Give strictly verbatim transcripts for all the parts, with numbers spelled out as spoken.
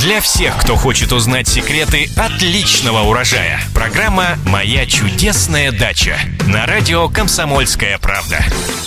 Для всех, кто хочет узнать секреты отличного урожая. Программа «Моя чудесная дача» на радио «Комсомольская правда».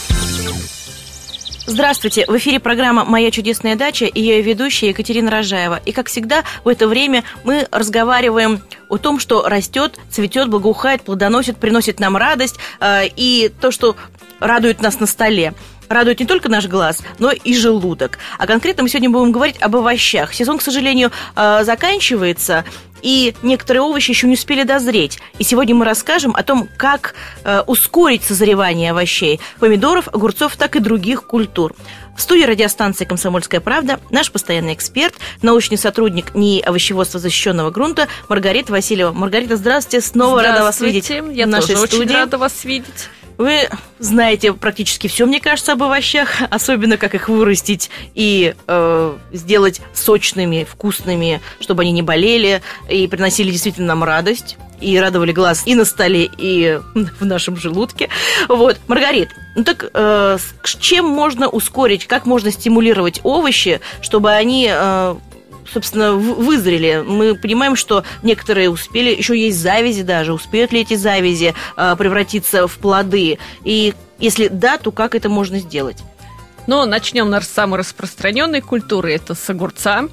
Здравствуйте, в эфире программа «Моя чудесная дача» и ее ведущая Екатерина Рожаева. И, как всегда, в это время мы разговариваем о том, что растет, цветет, благоухает, плодоносит, приносит нам радость, э, и то, что радует нас на столе. Радует не только наш глаз, но и желудок. А конкретно мы сегодня будем говорить об овощах. Сезон, к сожалению, э, заканчивается, и некоторые овощи еще не успели дозреть. И сегодня мы расскажем о том, как э, ускорить созревание овощей, помидоров, огурцов, так и других культур. В студии радиостанции «Комсомольская правда» наш постоянный эксперт, научный сотрудник НИИ овощеводства защищенного грунта Маргарита Васильева. Маргарита, здравствуйте, снова рада вас видеть я в нашей тоже студии. Очень рада вас видеть. Вы знаете практически все, мне кажется, об овощах, особенно как их вырастить и э, сделать сочными, вкусными, чтобы они не болели и приносили действительно нам радость, и радовали глаз и на столе, и в нашем желудке. Вот, Маргарит, ну так э, с чем можно ускорить, как можно стимулировать овощи, чтобы они... Э, собственно, вызрели. Мы понимаем, что некоторые успели, еще есть завязи даже, успеют ли эти завязи э, превратиться в плоды? И если да, то как это можно сделать? Ну, начнем, наверное, с самой распространенной культуры, это с огурца.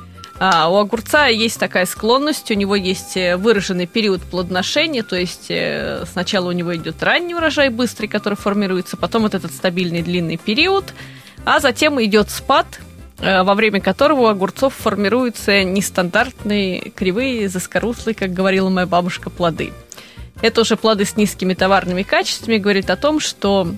А, у огурца есть такая склонность, у него есть выраженный период плодоношения, то есть сначала у него идет ранний урожай быстрый, который формируется, потом вот этот стабильный длинный период, а затем идет спад, во время которого у огурцов формируются нестандартные, кривые, заскорузлые, как говорила моя бабушка, плоды. Это уже плоды с низкими товарными качествами, говорит о том, что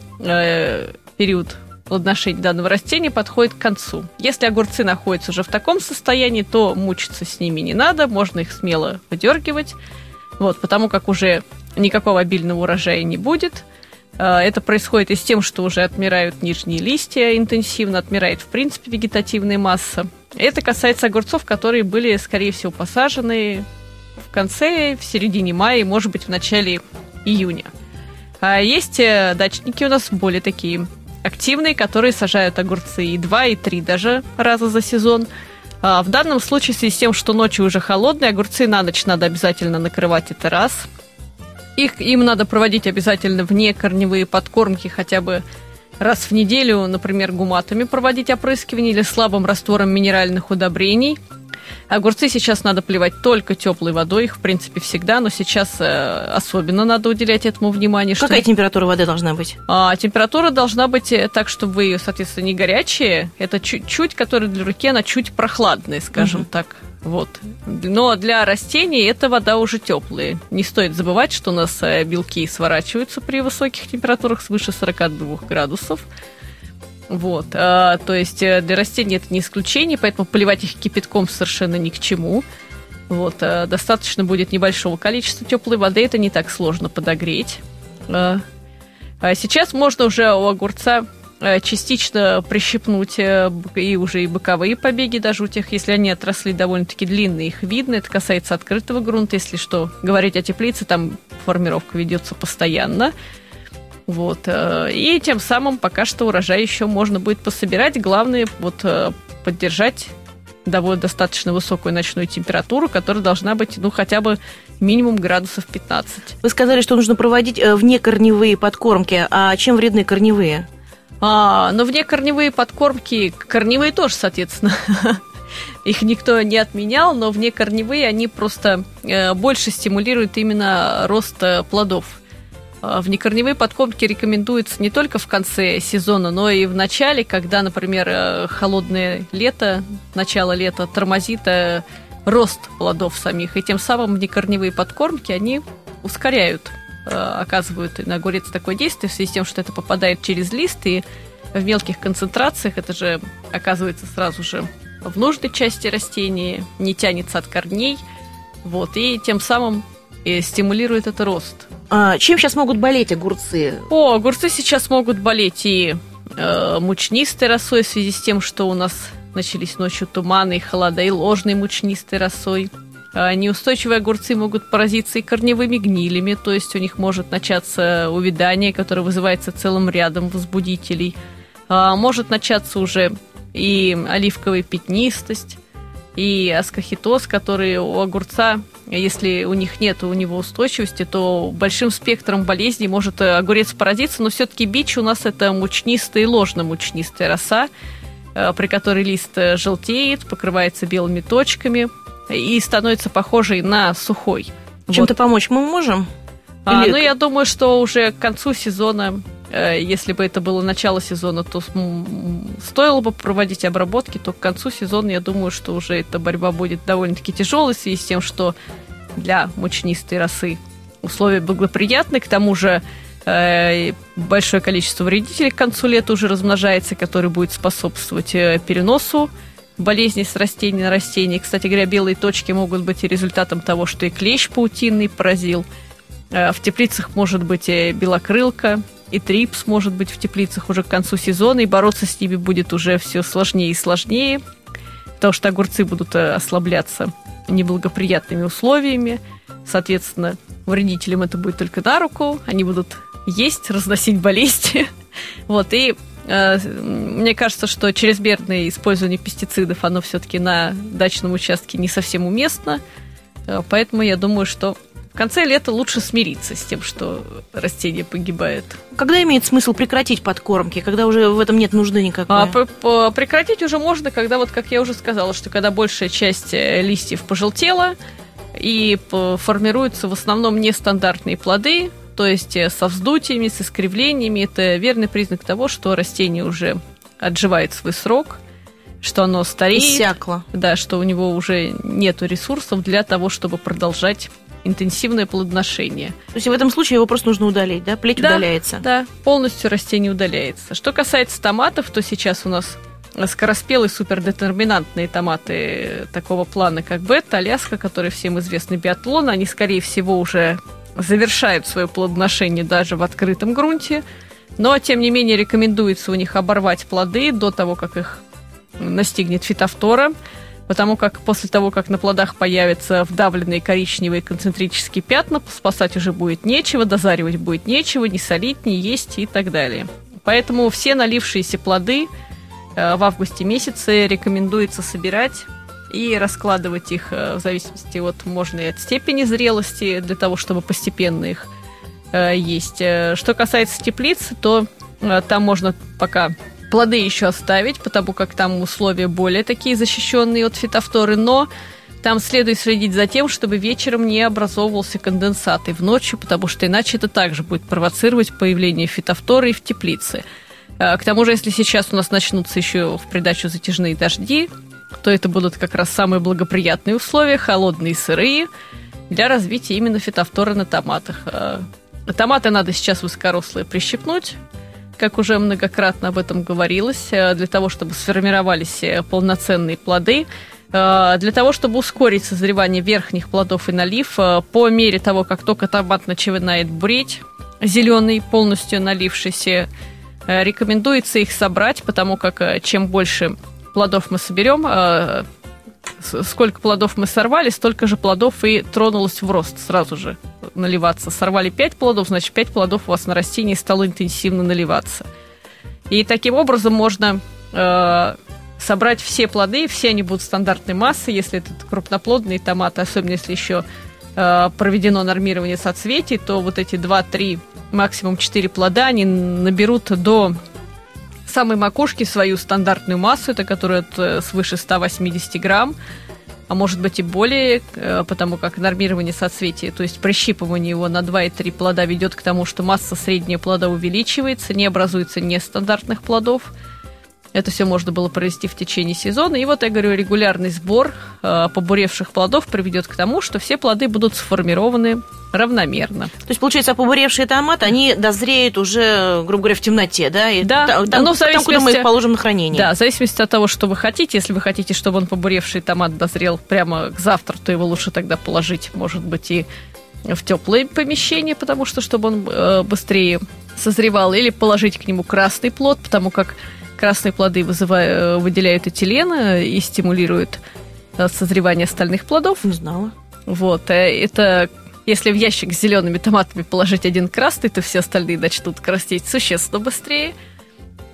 э, период плодоношения данного растения подходит к концу. Если огурцы находятся уже в таком состоянии, то мучиться с ними не надо, можно их смело выдергивать, вот, потому как уже никакого обильного урожая не будет. Это происходит и с тем, что уже отмирают нижние листья интенсивно, отмирает, в принципе, вегетативная масса. Это касается огурцов, которые были, скорее всего, посажены в конце, в середине мая, может быть, в начале июня. А есть дачники у нас более такие активные, которые сажают огурцы и два, и три даже раза за сезон. А в данном случае, в связи с тем, что ночи уже холодные, огурцы на ночь надо обязательно накрывать, это раз. Их, им надо проводить обязательно вне корневые подкормки хотя бы раз в неделю, например, гуматами проводить опрыскивание или слабым раствором минеральных удобрений. Огурцы сейчас надо поливать только теплой водой, их, в принципе, всегда, но сейчас э, особенно надо уделять этому внимание. Какая что... температура воды должна быть? А, температура должна быть так, чтобы вы, соответственно, не горячие, это чуть-чуть, которая для руки, она чуть прохладная, скажем uh-huh. так. Вот. Но для растений эта вода уже теплая. Не стоит забывать, что у нас белки сворачиваются при высоких температурах свыше сорок два градусов. Вот. А, то есть для растений это не исключение, поэтому поливать их кипятком совершенно ни к чему. Вот. А, достаточно будет небольшого количества теплой воды, это не так сложно подогреть. А, а сейчас можно уже у огурца частично прищипнуть и уже и боковые побеги, даже у тех, если они отросли довольно-таки длинные, их видно. Это касается открытого грунта. Если что, говорить о теплице, там формировка ведется постоянно. Вот. И тем самым пока что урожай еще можно будет пособирать. Главное вот поддержать довольно достаточно высокую ночную температуру, которая должна быть, ну, хотя бы минимум градусов пятнадцать. Вы сказали, что нужно проводить внекорневые подкормки. А чем вредны корневые? А, но внекорневые подкормки, корневые тоже, соответственно, их никто не отменял, но внекорневые, они просто э, больше стимулируют именно рост э, плодов. А внекорневые подкормки рекомендуются не только в конце сезона, но и в начале, когда, например, э, холодное лето, начало лета тормозит э, рост плодов самих, и тем самым внекорневые подкормки, они ускоряют, оказывают на огурец такое действие в связи с тем, что это попадает через лист, и в мелких концентрациях это же оказывается сразу же в нужной части растения, не тянется от корней, вот, и тем самым и стимулирует это рост. А чем сейчас могут болеть огурцы? О, огурцы сейчас могут болеть и э, мучнистой росой в связи с тем, что у нас начались ночью туманы и холода, и ложной мучнистой росой. Неустойчивые огурцы могут поразиться и корневыми гнилями, то есть у них может начаться увядание, которое вызывается целым рядом возбудителей. Может начаться уже и оливковая пятнистость, и аскохитоз, который у огурца, если у них нет у него устойчивости, то большим спектром болезней может огурец поразиться, но все-таки бич у нас это мучнистая и ложно-мучнистая роса, при которой лист желтеет, покрывается белыми точками и становится похожей на сухой. Чем-то вот. помочь мы можем? А, Или... ну, я думаю, что уже к концу сезона, если бы это было начало сезона, то стоило бы проводить обработки, то к концу сезона, я думаю, что уже эта борьба будет довольно-таки тяжелой в связи с тем, что для мучнистой росы условия благоприятны, к тому же большое количество вредителей к концу лета уже размножается, который будет способствовать переносу болезней с растений на растения. Кстати говоря, белые точки могут быть и результатом того, что и клещ паутинный поразил. В теплицах может быть и белокрылка, и трипс может быть в теплицах уже к концу сезона, и бороться с ними будет уже все сложнее и сложнее, потому что огурцы будут ослабляться неблагоприятными условиями. Соответственно, вредителям это будет только на руку, они будут есть, разносить болезни. Вот, и э, мне кажется, что чрезмерное использование пестицидов, оно все-таки на дачном участке не совсем уместно, поэтому я думаю, что в конце лета лучше смириться с тем, что растения погибают. Когда имеет смысл прекратить подкормки, когда уже в этом нет нужды никакой? А, прекратить уже можно, когда, вот как я уже сказала, что когда большая часть листьев пожелтела и формируются в основном нестандартные плоды, то есть со вздутиями, с искривлениями. Это верный признак того, что растение уже отживает свой срок, что оно стареет. Иссякло. Да, что у него уже нету ресурсов для того, чтобы продолжать интенсивное плодоношение. То есть в этом случае его просто нужно удалить, да? Плеть да, удаляется. Да, полностью растение удаляется. Что касается томатов, то сейчас у нас скороспелые супердетерминантные томаты такого плана, как Бетта, Аляска, которые всем известны биатлон, они, скорее всего, уже завершают свое плодоношение даже в открытом грунте, но, тем не менее, рекомендуется у них оборвать плоды до того, как их настигнет фитофтора, потому как после того, как на плодах появятся вдавленные коричневые концентрические пятна, спасать уже будет нечего, дозаривать будет нечего, не солить, не есть и так далее. Поэтому все налившиеся плоды в августе месяце рекомендуется собирать и раскладывать их в зависимости от, можно и от степени зрелости, для того, чтобы постепенно их есть. Что касается теплиц, то там можно пока плоды еще оставить, потому как там условия более такие защищенные от фитофторы, но там следует следить за тем, чтобы вечером не образовывался конденсат и в ночью, потому что иначе это также будет провоцировать появление фитофторы и в теплице. К тому же, если сейчас у нас начнутся еще в придачу затяжные дожди, то это будут как раз самые благоприятные условия, холодные и сырые, для развития именно фитофторы на томатах. Томаты надо сейчас высокорослые прищипнуть, как уже многократно об этом говорилось, для того, чтобы сформировались полноценные плоды, для того, чтобы ускорить созревание верхних плодов и налив. По мере того, как только томат начинает буреть, зеленый, полностью налившийся, рекомендуется их собрать, потому как чем больше плодов мы соберем, сколько плодов мы сорвали, столько же плодов и тронулось в рост сразу же наливаться. Сорвали пять плодов, значит, пять плодов у вас на растении стало интенсивно наливаться. И таким образом можно э, собрать все плоды, все они будут стандартной массы, если это крупноплодные томаты, особенно если еще э, проведено нормирование соцветий, то вот эти два-три, максимум четыре плода, они наберут до самой макушки свою стандартную массу, это которая от, свыше ста восьмидесяти грамм, а может быть и более, потому как нормирование соцветия, то есть прищипывание его на два и три плода ведет к тому, что масса средняя плода увеличивается, не образуется нестандартных плодов. Это все можно было провести в течение сезона. И вот, я говорю, регулярный сбор э, побуревших плодов приведет к тому, что все плоды будут сформированы равномерно. То есть, получается, побуревшие томаты, они дозреют уже, грубо говоря, в темноте, да? И да, там, да, но в там, куда мы их положим на хранение. Да, в зависимости от того, что вы хотите. Если вы хотите, чтобы он побуревший томат дозрел прямо к завтра, то его лучше тогда положить, может быть, и в теплое помещение, потому что, чтобы он э, быстрее созревал, или положить к нему красный плод, потому как красные плоды вызывают, выделяют этилен и стимулируют созревание остальных плодов. Не знала. Вот, это если в ящик с зелеными томатами положить один красный, то все остальные начнут краснеть существенно быстрее.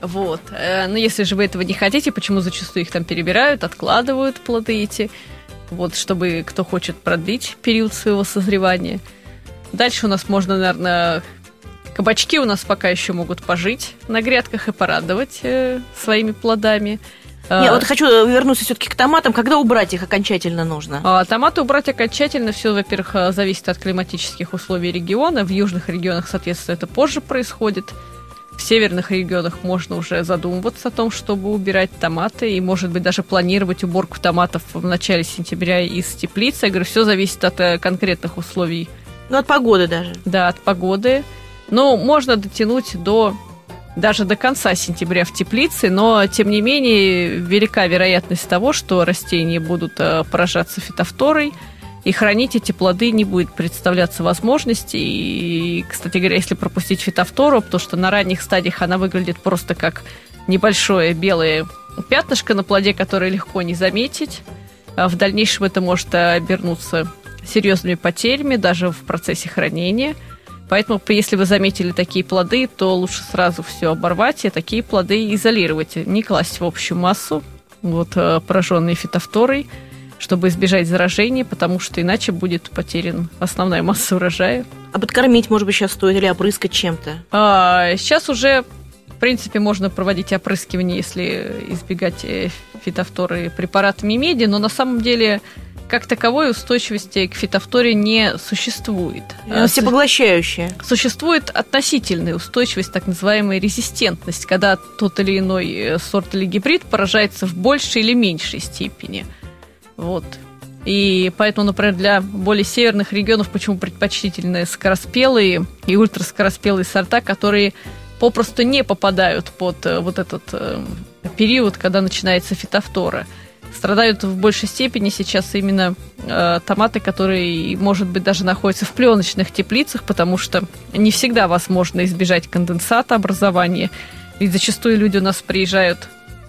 Вот. Но если же вы этого не хотите, почему зачастую их там перебирают, откладывают плоды эти, вот, чтобы кто хочет продлить период своего созревания. Дальше у нас можно, наверное, кабачки у нас пока еще могут пожить на грядках и порадовать э, своими плодами. Я а, вот хочу вернуться все-таки к томатам. Когда убрать их окончательно нужно? А, томаты убрать окончательно, все, во-первых, зависит от климатических условий региона. В южных регионах, соответственно, это позже происходит. В северных регионах можно уже задумываться о том, чтобы убирать томаты, и, может быть, даже планировать уборку томатов в начале сентября из теплицы. Я говорю, все зависит от конкретных условий. Ну, от погоды даже. Да, от погоды. Но можно дотянуть до, даже до конца сентября в теплице, но, тем не менее, велика вероятность того, что растения будут поражаться фитофторой, и хранить эти плоды не будет представляться возможности. И, кстати говоря, если пропустить фитофтору, потому что на ранних стадиях она выглядит просто как небольшое белое пятнышко на плоде, которое легко не заметить. А в дальнейшем это может обернуться серьезными потерями даже в процессе хранения. Поэтому, если вы заметили такие плоды, то лучше сразу все оборвать и такие плоды изолировать, не класть в общую массу, вот, пораженные фитофторой, чтобы избежать заражения, потому что иначе будет потеряна основная масса урожая. А подкормить, может быть, сейчас стоит или опрыскать чем-то? А, сейчас уже, в принципе, можно проводить опрыскивание, если избегать фитофторы препаратами меди, но на самом деле, как таковой, устойчивости к фитофторе не существует. Она всепоглощающая. Существует относительная устойчивость, так называемая резистентность, когда тот или иной сорт или гибрид поражается в большей или меньшей степени. Вот. И поэтому, например, для более северных регионов почему предпочтительны скороспелые и ультраскороспелые сорта, которые попросту не попадают под вот этот э, период, когда начинается фитофтора. Страдают в большей степени сейчас именно э, томаты, которые, может быть, даже находятся в пленочных теплицах, потому что не всегда возможно избежать конденсата образования. Ведь зачастую люди у нас приезжают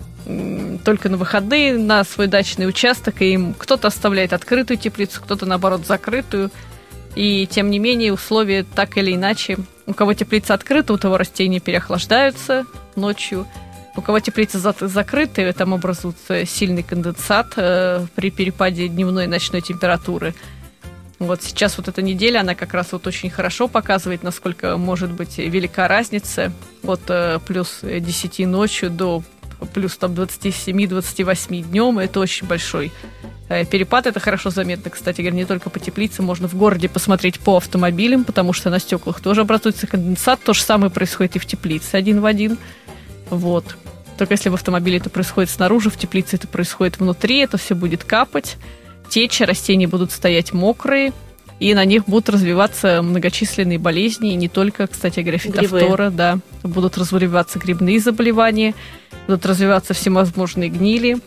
только на выходные на свой дачный участок, и им кто-то оставляет открытую теплицу, кто-то, наоборот, закрытую. И, тем не менее, условия так или иначе. У кого теплица открыта, у того растения переохлаждаются ночью. У кого теплица закрыта, там образуется сильный конденсат э, при перепаде дневной и ночной температуры. Вот сейчас вот эта неделя, она как раз вот очень хорошо показывает, насколько может быть велика разница от э, плюс десяти ночью до плюс там двадцать семь - двадцать восемь днем. Это очень большой э, перепад. Это хорошо заметно, кстати говоря, не только по теплице. Можно в городе посмотреть по автомобилям, потому что на стеклах тоже образуется конденсат. То же самое происходит и в теплице один в один. Вот. Только если в автомобиле это происходит снаружи, в теплице это происходит внутри, это все будет капать, течь, растения будут стоять мокрые, и на них будут развиваться многочисленные болезни, и не только, кстати говоря, фитофтора, да, будут развиваться грибные заболевания, будут развиваться всевозможные гнили,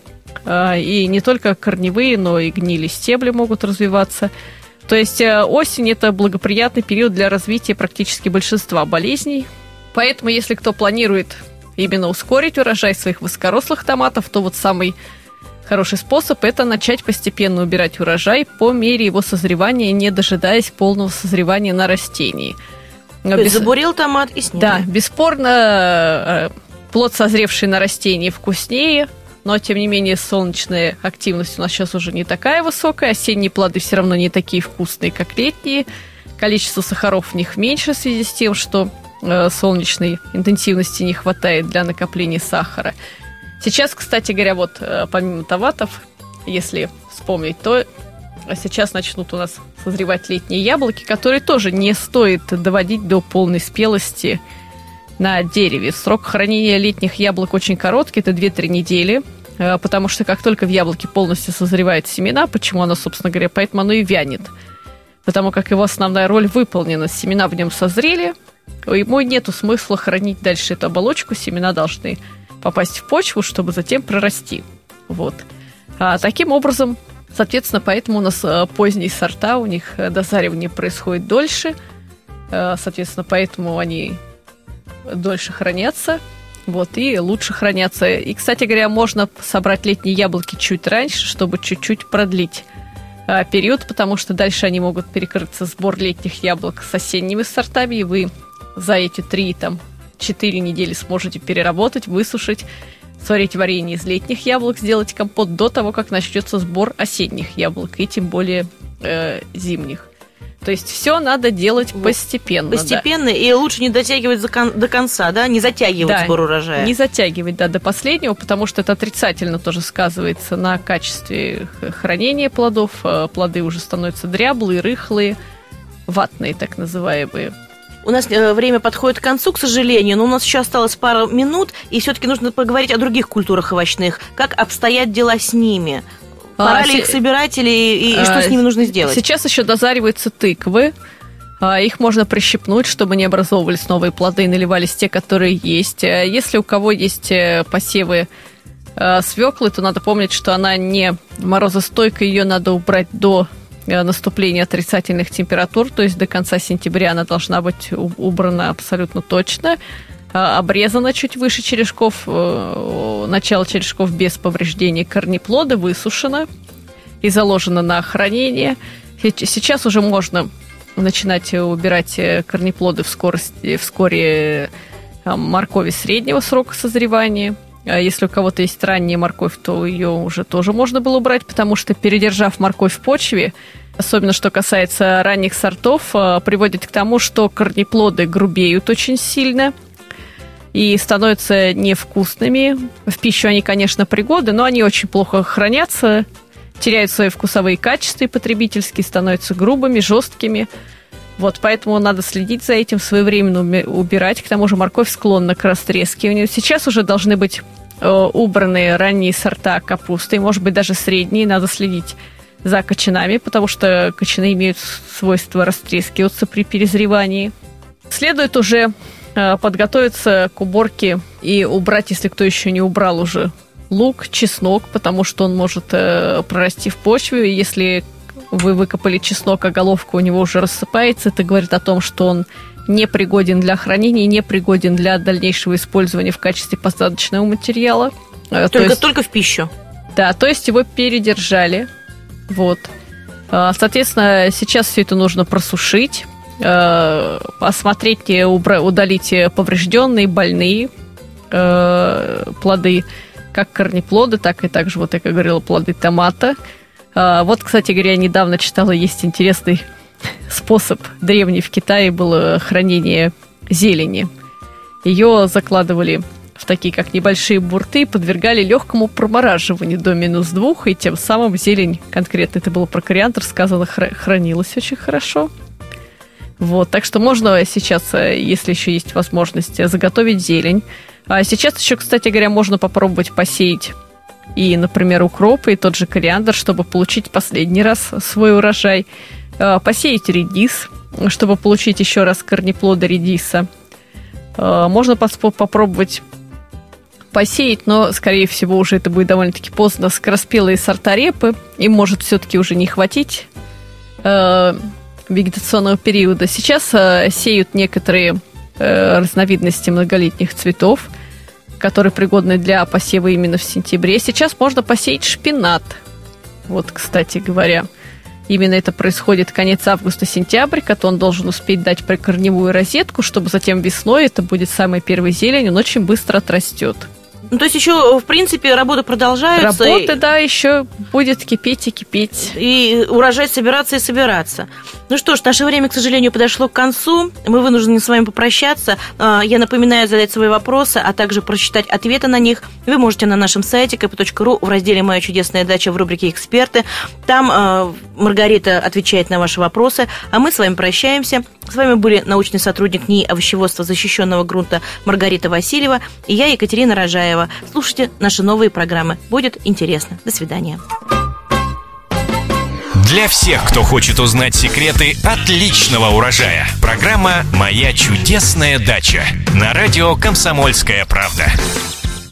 и не только корневые, но и гнили стебли могут развиваться. То есть осень – это благоприятный период для развития практически большинства болезней, поэтому если кто планирует именно ускорить урожай своих высокорослых томатов, то вот самый хороший способ – это начать постепенно убирать урожай по мере его созревания, не дожидаясь полного созревания на растении. То есть Без... забурил томат и снял. Да, бесспорно, плод, созревший на растении, вкуснее, но, тем не менее, солнечная активность у нас сейчас уже не такая высокая, осенние плоды все равно не такие вкусные, как летние, количество сахаров в них меньше в связи с тем, что солнечной интенсивности не хватает для накопления сахара. Сейчас, кстати говоря, вот помимо томатов, если вспомнить, то сейчас начнут у нас созревать летние яблоки, которые тоже не стоит доводить до полной спелости на дереве. Срок хранения летних яблок очень короткий, это две-три недели, потому что как только в яблоке полностью созревают семена, почему оно, собственно говоря, поэтому оно и вянет, потому как его основная роль выполнена, семена в нем созрели, ему нету смысла хранить дальше эту оболочку, семена должны попасть в почву, чтобы затем прорасти. Вот. А таким образом, соответственно, поэтому у нас поздние сорта, у них дозаривание происходит дольше, соответственно, поэтому они дольше хранятся, вот, и лучше хранятся. И, кстати говоря, можно собрать летние яблоки чуть раньше, чтобы чуть-чуть продлить период, потому что дальше они могут перекрыться, сбор летних яблок с осенними сортами, и вы за эти три, там, четыре недели сможете переработать, высушить, сварить варенье из летних яблок, сделать компот до того, как начнется сбор осенних яблок и тем более э, зимних. То есть все надо делать постепенно. Постепенно, да. И лучше не дотягивать до конца, да, не затягивать да, сбор урожая. Не затягивать, да, до последнего, потому что это отрицательно тоже сказывается на качестве хранения плодов. Плоды уже становятся дряблые, рыхлые, ватные, так называемые. У нас время подходит к концу, к сожалению, но у нас еще осталось пару минут, и все-таки нужно поговорить о других культурах овощных. Как обстоят дела с ними? Пора а, ли с... их собирать или и, и что а, с ними нужно сделать? Сейчас еще дозариваются тыквы. А, их можно прищипнуть, чтобы не образовывались новые плоды и наливались те, которые есть. А если у кого есть посевы а, свеклы, то надо помнить, что она не морозостойкая, ее надо убрать до наступления отрицательных температур, то есть до конца сентября она должна быть убрана абсолютно точно. Обрезана чуть выше черешков, начало черешков без повреждений корнеплода, высушена и заложена на хранение. Сейчас уже можно начинать убирать корнеплоды в скорости, вскоре моркови среднего срока созревания. Если у кого-то есть ранняя морковь, то ее уже тоже можно было убрать, потому что, передержав морковь в почве, особенно что касается ранних сортов, приводит к тому, что корнеплоды грубеют очень сильно и становятся невкусными. В пищу они, конечно, пригодны, но они очень плохо хранятся, теряют свои вкусовые качества и потребительские, становятся грубыми, жесткими. Вот, поэтому надо следить за этим, своевременно убирать. К тому же морковь склонна к растрескиванию. Сейчас уже должны быть э, убраны ранние сорта капусты, может быть, даже средние. Надо следить за кочанами, потому что кочаны имеют свойство растрескиваться при перезревании. Следует уже подготовиться к уборке и убрать, если кто еще не убрал уже, лук, чеснок, потому что он может э, прорасти в почве. И если вы выкопали чеснок, а головка у него уже рассыпается, это говорит о том, что он не пригоден для хранения, не пригоден для дальнейшего использования в качестве посадочного материала. Только, то есть, только в пищу. Да, то есть его передержали. Вот. Соответственно, сейчас все это нужно просушить, осмотреть, удалить поврежденные, больные э, плоды, как корнеплоды, так и также, вот, как я говорила, плоды томата. Э, вот, кстати говоря, я недавно читала, есть интересный способ. Древний в Китае было хранение зелени. Ее закладывали в такие, как небольшие бурты, подвергали легкому промораживанию до минус двух, и тем самым зелень, конкретно это было про кориандр сказано, хранилась очень хорошо. Вот, так что можно сейчас, если еще есть возможность, заготовить зелень. А сейчас еще, кстати говоря, можно попробовать посеять и, например, укроп, и тот же кориандр, чтобы получить последний раз свой урожай. Посеять редис, чтобы получить еще раз корнеплоды редиса. Можно попробовать посеять, но, скорее всего, уже это будет довольно-таки поздно, скороспелые сорта репы. Им может все-таки уже не хватить вегетационного периода. Сейчас э, сеют некоторые э, разновидности многолетних цветов, которые пригодны для посева именно в сентябре. Сейчас можно посеять шпинат. Вот, кстати говоря, именно это происходит конец августа-сентябрь, когда он должен успеть дать прикорневую розетку, чтобы затем весной, это будет самая первая зелень, он очень быстро отрастет. Ну, то есть еще, в принципе, работы продолжаются. Работа, и... да, еще будет кипеть и кипеть. И урожай собираться и собираться. Ну что ж, наше время, к сожалению, подошло к концу. Мы вынуждены с вами попрощаться. Я напоминаю задать свои вопросы, а также прочитать ответы на них. Вы можете на нашем сайте ка пэ точка ру в разделе «Моя чудесная дача» в рубрике «Эксперты». Там Маргарита отвечает на ваши вопросы, а мы с вами прощаемся. С вами были научный сотрудник НИИ овощеводства защищенного грунта Маргарита Васильева и я, Екатерина Рожаева. Слушайте наши новые программы. Будет интересно. До свидания. Для всех, кто хочет узнать секреты отличного урожая. Программа «Моя чудесная дача» на радио «Комсомольская правда».